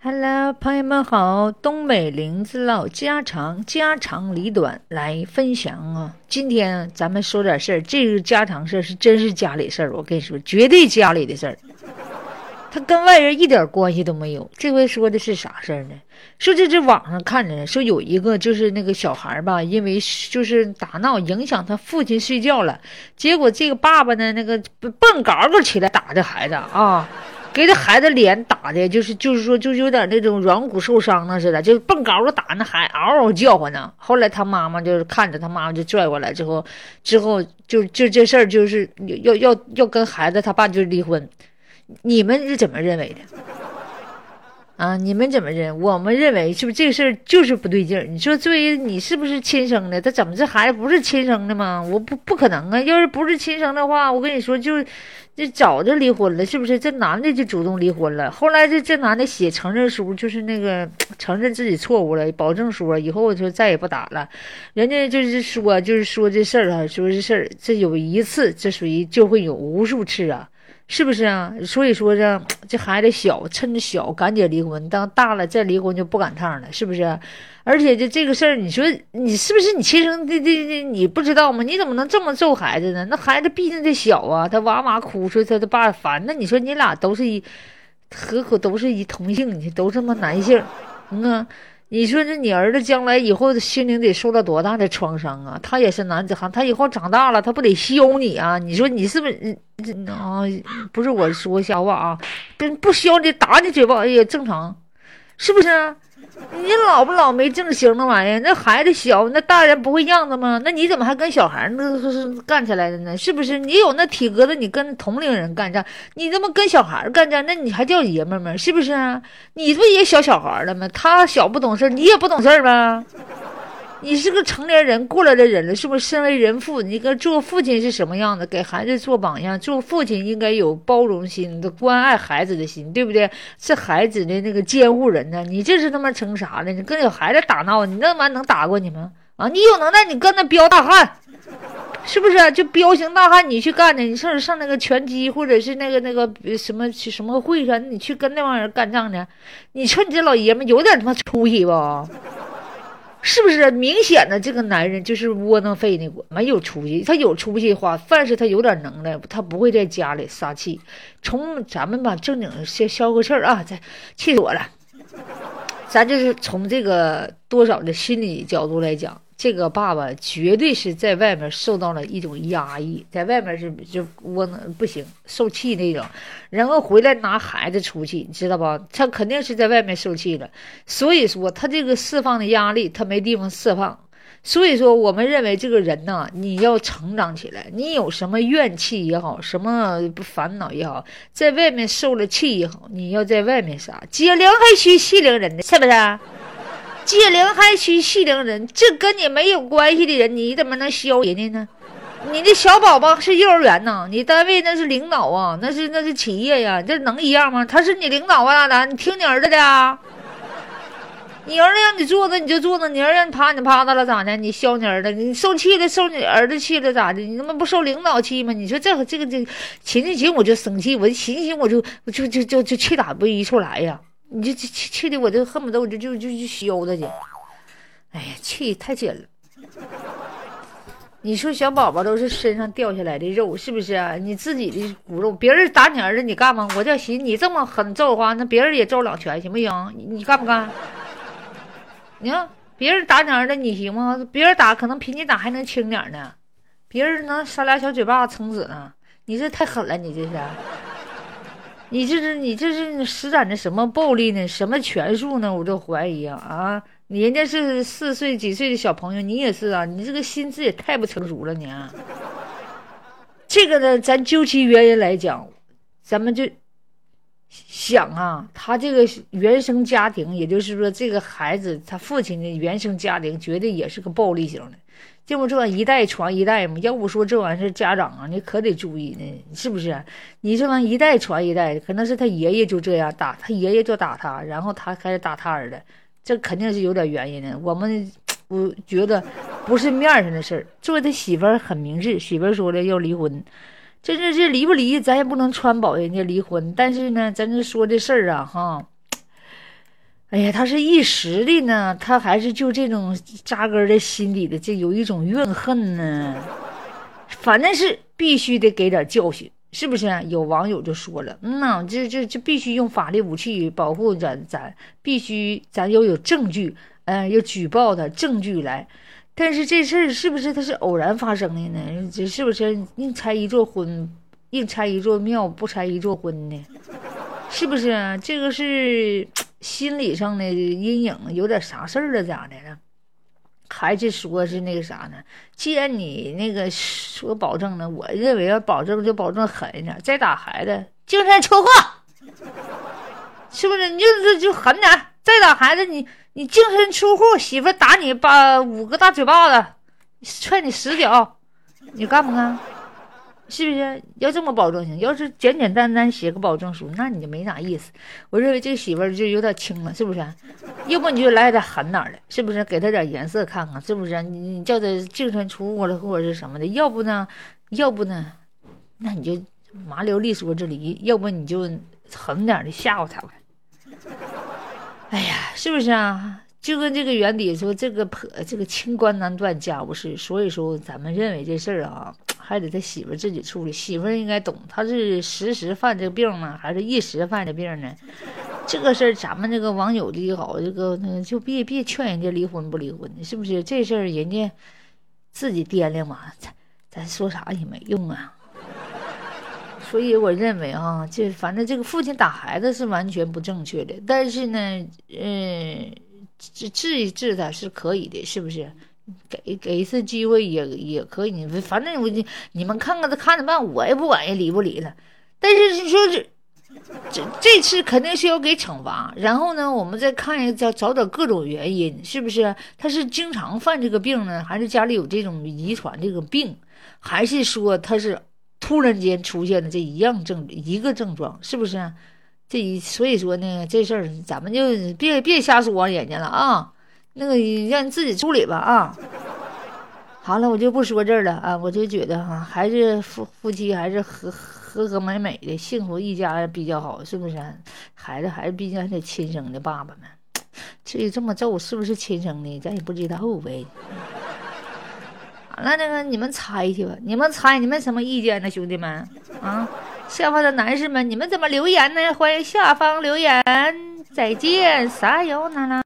Hello，朋友们好，东北林子唠家常，家长里短来分享啊。今天咱们说点事儿，这个家常事儿是真是家里事儿，我跟你说，绝对家里的事儿，他跟外人一点关系都没有。这回说的是啥事儿呢？说这网上看着说有一个就是那个小孩吧，因为就是打闹影响他父亲睡觉了，结果这个爸爸呢那个蹦高高起来打这孩子啊。给这孩子脸打的，就是说，就有点那种软骨受伤了似的，就蹦高了打那孩嗷嗷叫唤呢。后来他妈妈就是看着他妈妈就拽过来之后就这事儿就是要跟孩子他爸就离婚。你们是怎么认为的？啊，你们怎么认？我们认为是不是这个事儿就是不对劲儿？你说作为你是不是亲生的？他怎么这孩子不是亲生的吗？我不可能啊！要是不是亲生的话，我跟你说就早就离婚了，是不是？这男的就主动离婚了。后来这男的写承认书，就是那个承认自己错误了，保证说以后就再也不打了。人家就是说这事儿啊，说这事儿，这有一次，这属于就会有无数次啊。是不是啊？所以说这孩子小，趁着小赶紧离婚，当大了再离婚就不赶趟了，是不是？而且这个事儿，你说你是不是你亲生的？你不知道吗？你怎么能这么揍孩子呢？那孩子毕竟这小啊，他哇哇哭，说他爸烦。那你说你俩都是何苦都是同性，你都这么男性，你说这你儿子将来以后心灵得受到多大的创伤啊？他也是男子汉，他以后长大了，他不得削你啊？你说你是不是啊？不是我说瞎话啊，不削你打你嘴巴也正常，是不是啊？你老没正形那玩意儿，那孩子小，那大人不会让的吗？那你怎么还跟小孩干起来的呢？是不是？你有那体格子，你跟同龄人干仗，你怎么跟小孩干仗？那你还叫爷们吗？是不是啊？你不也小孩了吗？他小不懂事，你也不懂事吗？你是个成年人过来的人了，是不是？身为人父，你跟做父亲是什么样的？给孩子做榜样，做父亲应该有包容心的，关爱孩子的心，对不对？是孩子的那个监护人呢。你这是他妈成啥了？你跟小孩子打闹，你那玩意能打过你吗？啊，你有能耐，你跟那彪大汉，是不是？就彪形大汉，你去干的，你上那个拳击或者是那个什么会上，你去跟那帮人干仗呢？你说你这老爷们有点他妈出息吧？是不是明显的这个男人就是窝囊废那个，没有出息。他有出息的话，凡是他有点能耐，他不会在家里撒气。从咱们吧正经消个气儿啊，气死我了。咱就是从这个多少的心理角度来讲，这个爸爸绝对是在外面受到了一种压抑，在外面是就窝囊不行，受气那种，然后回来拿孩子出气，你知道吧？他肯定是在外面受气了，所以说他这个释放的压力，他没地方释放。所以说，我们认为这个人呢，你要成长起来，你有什么怨气也好，什么烦恼也好，在外面受了气也好，你要在外面啥？解铃还须系铃人呢，是不是？解铃还须系铃人，这跟你没有关系的人，你怎么能削人家呢？你的小宝宝是幼儿园呢，你单位那是领导啊，那是企业呀，这能一样吗？他是你领导啊，咋的？你听你儿子的啊？你儿子让你坐着你就坐着，你儿子让你趴你趴着了咋的？你削你儿子，你受气了受你儿子气了咋的？你他妈不受领导气吗？你说这秦行我就生气，我秦行我就气打不一处来呀！你这气的我就恨不得我就削他去。哎呀，气太紧了。你说小宝宝都是身上掉下来的肉，是不是啊？你自己的骨肉，别人打你儿子你干吗？我就寻你这么狠揍的话，那别人也揍两拳行不行？你干不干？你看别人打你儿子你行吗？别人打可能比你打还能轻点呢，别人能扇俩小嘴巴撑死呢。你这太狠了，你这是，你这是施展的什么暴力呢？什么权术呢？我就怀疑啊！人家是4岁几岁的小朋友，你也是啊！你这个心智也太不成熟了，你啊！这个呢，咱究其原因来讲，咱们就想啊，他这个原生家庭，也就是说这个孩子他父亲的原生家庭绝对也是个暴力型的，这不这一代传一代吗？要不说这玩意儿家长啊，你可得注意呢，是不是？你这玩意儿一代传一代，可能是他爷爷就这样打他爷爷就打他，然后他开始打他儿子，这肯定是有点原因的。我觉得不是面上的事儿。作为他媳妇儿很明智，媳妇儿说了要离婚。这离不离，咱也不能穿保人家离婚。但是呢，咱这说这事儿啊，哈， 哎呀，他是一时的呢，他还是就这种扎根在心里的，这有一种怨恨呢。反正是必须得给点教训，是不是啊？有网友就说了，这必须用法律武器保护咱必须咱要有证据，要举报的证据来。但是这事儿是不是它是偶然发生的呢？这是不是硬拆一座婚，硬拆一座庙，不拆一座婚呢？是不是啊？这个是心理上的阴影，有点啥事儿了咋的了？还是说是那个啥呢？既然你那个说保证呢，我认为要保证就保证狠一点，再打孩子精神出货，是不是？你就狠点，再打孩子你净身出户，媳妇打你5个大嘴巴子，踹你10脚，你干不干？是不是？要这么保证行？要是简简单单写个保证书，那你就没啥意思。我认为这个媳妇儿就有点轻了，是不是？要不你就来点狠点的，是不是？给他点颜色看看，是不是？你叫他净身出户了，或者是什么的？要不呢，那你就麻溜利索之离；要不你就狠点的吓唬他吧。哎呀，是不是啊？就跟这个原底说，这个清官难断家务事，所以说咱们认为这事儿啊，还得他媳妇自己处理。媳妇应该懂，他是时犯这个病呢，还是一时犯这病呢？这个事儿，咱们这个网友的好，就别劝人家离婚不离婚，是不是？这事儿人家自己掂量嘛，咱说啥也没用啊。所以我认为啊，反正这个父亲打孩子是完全不正确的，但是呢，治一治他是可以的，是不是？给一次机会也可以，反正你们看着办，我也不管人离不离了。但是你说这次肯定是要给惩罚，然后呢，我们再看找找各种原因，是不是？他是经常犯这个病呢，还是家里有这种遗传这个病，还是说他是突然间出现的这一个症状，是不是？所以说呢，这事儿咱们就别瞎说人家了啊，那个让你自己处理吧啊。好了，我就不说这儿了啊，我就觉得还是夫妻还是和美美的幸福一家比较好，是不是？孩子还是毕竟还得亲生的爸爸们，至于这么揍是不是亲生的，咱也不知道呗。好了，那个你们猜去吧，你们什么意见呢，兄弟们啊？下方的男士们，你们怎么留言呢？欢迎下方留言，再见，撒由那拉。